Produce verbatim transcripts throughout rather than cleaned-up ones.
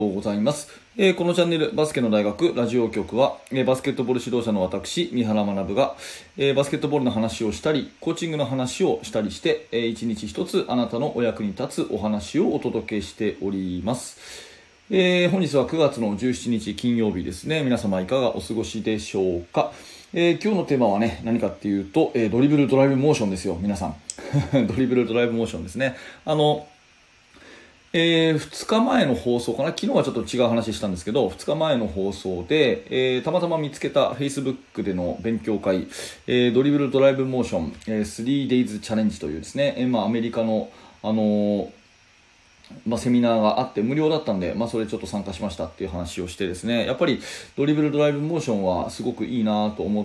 おはようございます。えーこのチャンネルバスケの大学ラジオ局は、えーバスケットボール指導者の私三原学が、えーバスケットボールの話をしたりコーチングの話をしたりして、えー一日一つあなたのお役に立つお話をお届けしております。えー本日はくがつのじゅうしちにち金曜日ですね。皆様いかがお過ごしでしょうか。えー今日のテーマはね、何かっていうと、えードリブルドライブモーションですよ、皆さん。ドリブルドライブモーションですね。あのえー、ふつかまえの放送かな、昨日はちょっと違う話したんですけど、ふつかまえの放送で、えーたまたま見つけた Facebook での勉強会、えードリブルドライブモーション、えー、スリーデイズ チャレンジというですね、えーまあ、アメリカの、あのーまあ、セミナーがあって無料だったんで、まあ、それちょっと参加しましたっていう話をしてですね、やっぱりドリブルドライブモーションはすごくいいなと思って、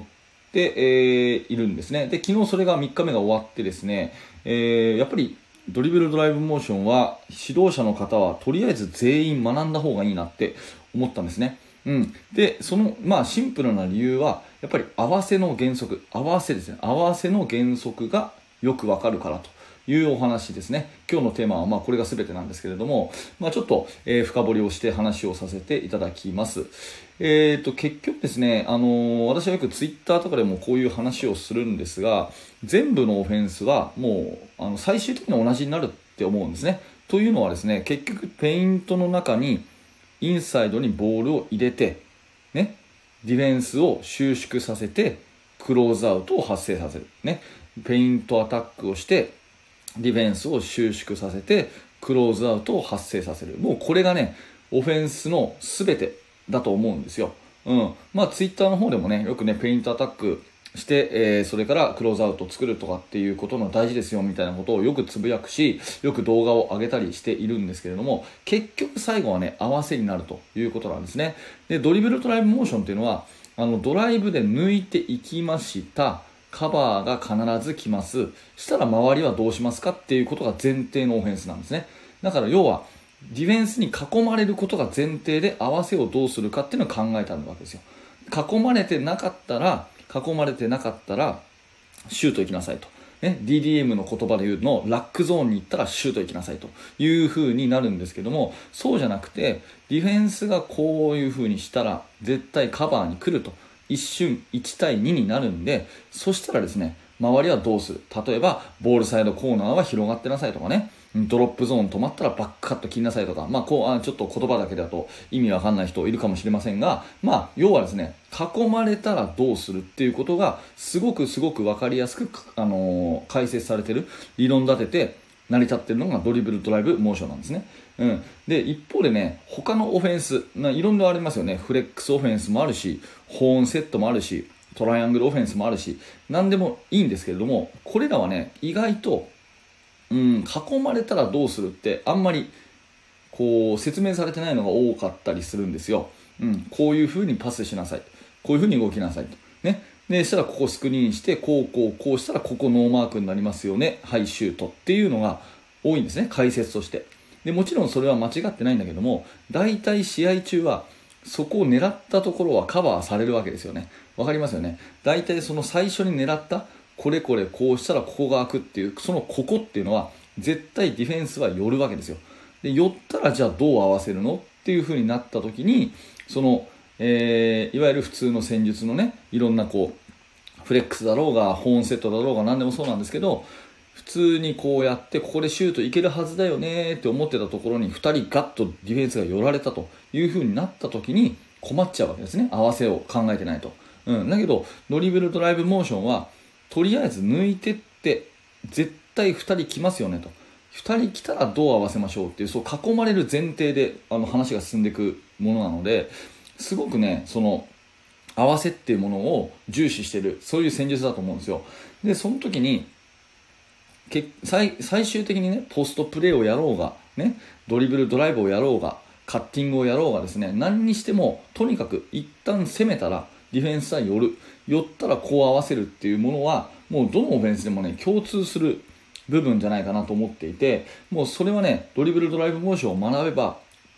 えーいるんですね。で、昨日それがみっかめが終わってですね、えーやっぱりドリブルドライブモーションは指導者の方はとりあえず全員学んだ方がいいなって思ったんですね。うん、でその、まあ、シンプルな理由はやっぱり合わせの原則合わせですね合わせの原則がよくわかるからというお話ですね。今日のテーマはまあこれが全てなんですけれども、まあ、ちょっと、えー深掘りをして話をさせていただきます。えー、と結局ですね、あのー私はよくツイッターとかでもこういう話をするんですが、全部のオフェンスはもうあの最終的に同じになるって思うんですね。というのはですね、結局ペイントの中にインサイドにボールを入れて、ね、ディフェンスを収縮させてクローズアウトを発生させる、ね、ペイントアタックをしてディフェンスを収縮させてクローズアウトを発生させる。もうこれがね、オフェンスの全てだと思うんですよ。うん。まあツイッターの方でもね、よくね、ペイントアタックして、えーそれからクローズアウトを作るとかっていうことの大事ですよみたいなことをよくつぶやくし、よく動画を上げたりしているんですけれども、結局最後はね、合わせになるということなんですね。で、ドリブルドライブモーションっていうのは、あのドライブで抜いていきました。カバーが必ず来ます。したら周りはどうしますかっていうことが前提のオフェンスなんですね。だから要はディフェンスに囲まれることが前提で合わせをどうするかっていうのを考えたわけですよ。囲まれてなかったら囲まれてなかったらシュート行きなさいと、ね、ディーディーエム の言葉で言うのラックゾーンに行ったらシュート行きなさいという風になるんですけども、そうじゃなくてディフェンスがこういう風にしたら絶対カバーに来ると、一瞬いちたいにになるんで、そしたらですね、周りはどうする。例えばボールサイドコーナーは広がってなさいとかね、ドロップゾーン止まったらバックカット切りなさいとか、まあこうあちょっと言葉だけだと意味わかんない人いるかもしれませんが、まあ要はですね、囲まれたらどうするっていうことがすごくすごくわかりやすく、あのー解説されている、理論立てて成り立っているのがドリブルドライブモーションなんですね。うん、で一方でね、他のオフェンスいろんなありますよね。フレックスオフェンスもあるし、ホーンセットもあるし、トライアングルオフェンスもあるし、何でもいいんですけれども、これらはね、意外と、うん、囲まれたらどうするってあんまりこう説明されてないのが多かったりするんですよ。うん、こういう風にパスしなさい、こういう風に動きなさいと、ね、でしたらここスクリーンしてこうこうこうしたらここノーマークになりますよね、はいシュートっていうのが多いんですね、解説として。でもちろんそれは間違ってないんだけども、大体試合中はそこを狙ったところはカバーされるわけですよね。わかりますよね。大体その最初に狙ったこれこれこうしたらここが開くっていう、そのここっていうのは絶対ディフェンスは寄るわけですよ。で寄ったらじゃあどう合わせるのっていう風になった時に、その、えーいわゆる普通の戦術のね、いろんなこうフレックスだろうがホーンセットだろうが何でもそうなんですけど、普通にこうやってここでシュートいけるはずだよねって思ってたところにふたりガッとディフェンスが寄られたという風になった時に困っちゃうわけですね。合わせを考えてないと。うん、だけどドリブルドライブモーションはとりあえず抜いてって絶対ふたり来ますよねと。ふたり来たらどう合わせましょうっていう、そう囲まれる前提であの話が進んでいくものなので、すごくね、その合わせっていうものを重視している、そういう戦術だと思うんですよ。でその時にけ 最, 最終的にね、ポストプレーをやろうが、ね、ドリブルドライブをやろうが、カッティングをやろうがですね、何にしてもとにかく一旦攻めたらディフェンスは寄る、寄ったらこう合わせるっていうものはもうどのオフェンスでもね、共通する部分じゃないかなと思っていて、もうそれはね、ドリブルドライブモーションを学べば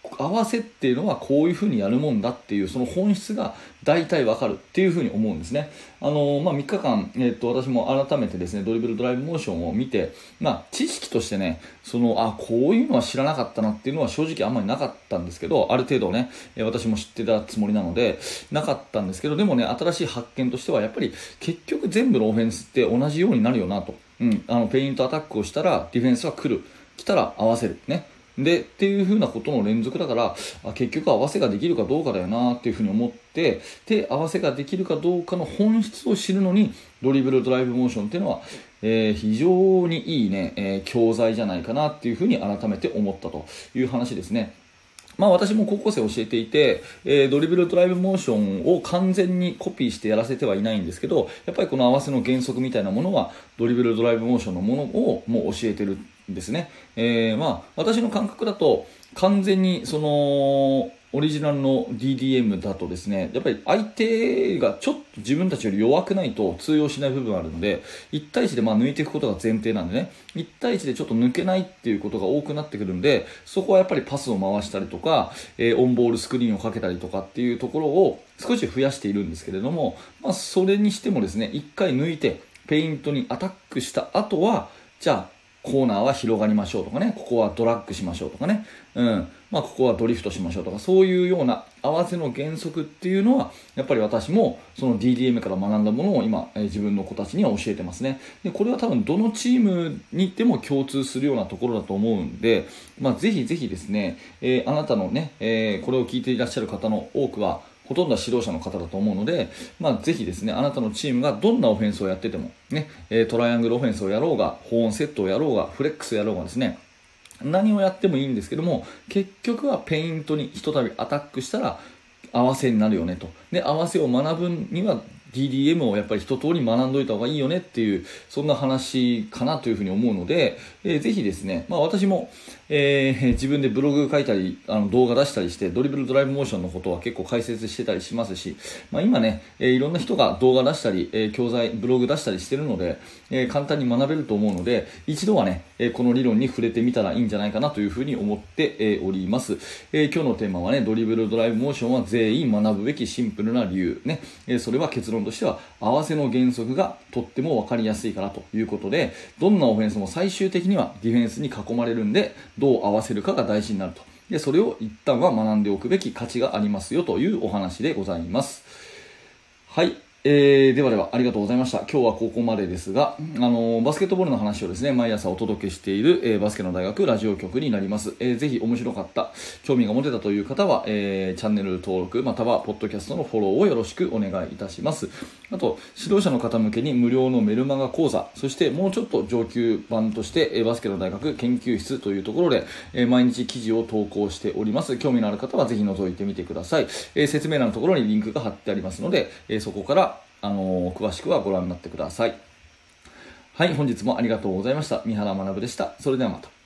合わせっていうのはこういうふうにやるもんだっていうその本質が大体わかるっていうふうに思うんですね。あのまあ、みっかかん、えー、っと私も改めてですねドリブルドライブモーションを見て、まあ、知識としてねそのあこういうのは知らなかったなっていうのは正直あんまりなかったんですけど、ある程度ね私も知ってたつもりなのでなかったんですけど、でもね新しい発見としてはやっぱり結局全部のオフェンスって同じようになるよなと、うん、あのペイントアタックをしたらディフェンスは来る、来たら合わせるねでっていう風なことの連続だから、あ結局合わせができるかどうかだよなっていう風に思って、で合わせができるかどうかの本質を知るのにドリブルドライブモーションっていうのは、えー、非常にいいね、えー、教材じゃないかなっていう風に改めて思ったという話ですね。まあ、私も高校生を教えていて、えー、ドリブルドライブモーションを完全にコピーしてやらせてはいないんですけど、やっぱりこの合わせの原則みたいなものはドリブルドライブモーションのものをもう教えてるんですね。えー、まあ私の感覚だと完全にそのオリジナルの ディーディーエム だとですね、やっぱり相手がちょっと自分たちより弱くないと通用しない部分があるので、いち対いちでまあ抜いていくことが前提なんでね、いち対いちでちょっと抜けないっていうことが多くなってくるんで、そこはやっぱりパスを回したりとか、えー、オンボールスクリーンをかけたりとかっていうところを少し増やしているんですけれども、まあ、それにしてもですね、いっかい抜いてペイントにアタックした後は、じゃあコーナーは広がりましょうとかね、ここはドラッグしましょうとかね、うん、まあここはドリフトしましょうとか、そういうような合わせの原則っていうのは、やっぱり私もその ディーディーエム から学んだものを今、えー、自分の子たちには教えてますね。で、これは多分どのチームにでも共通するようなところだと思うんで、まあぜひぜひですね、えー、あなたのね、えー、これを聞いていらっしゃる方の多くは、ほとんどは指導者の方だと思うので、まあ、ぜひですね、あなたのチームがどんなオフェンスをやってても、ね、トライアングルオフェンスをやろうが、保温セットをやろうが、フレックスをやろうがですね、何をやってもいいんですけども、結局はペイントにひとたびアタックしたら合わせになるよねと。で、合わせを学ぶには ディーディーエム をやっぱり一通り学んどいた方がいいよねっていう、そんな話かなというふうに思うので、えー、ぜひですね、まあ私も、えー、自分でブログ書いたり、あの動画出したりして、ドリブルドライブモーションのことは結構解説してたりしますし、まあ今ね、えー、いろんな人が動画出したり、えー、教材、ブログ出したりしてるので、えー、簡単に学べると思うので、一度はね、えー、この理論に触れてみたらいいんじゃないかなというふうに思って、えー、おります。えー、今日のテーマはね、ドリブルドライブモーションは全員学ぶべきシンプルな理由。ね、えー、それは結論としては、合わせの原則がとっても分かりやすいからということで、どんなオフェンスも最終的にはディフェンスに囲まれるんで、どう合わせるかが大事になると。で、それを一旦は学んでおくべき価値がありますよというお話でございます。はい。えー、ではではありがとうございました。今日はここまでですが、あのー、バスケットボールの話をですね、毎朝お届けしている、えー、バスケの大学ラジオ局になります。えー、ぜひ面白かった、興味が持てたという方は、えー、チャンネル登録、またはポッドキャストのフォローをよろしくお願いいたします。あと、指導者の方向けに無料のメルマガ講座、そしてもうちょっと上級版として、えー、バスケの大学研究室というところで、えー、毎日記事を投稿しております。興味のある方はぜひ覗いてみてください。えー、説明欄のところにリンクが貼ってありますので、えー、そこからあのー、詳しくはご覧になってください。はい、本日もありがとうございました。三原学でした。それではまた。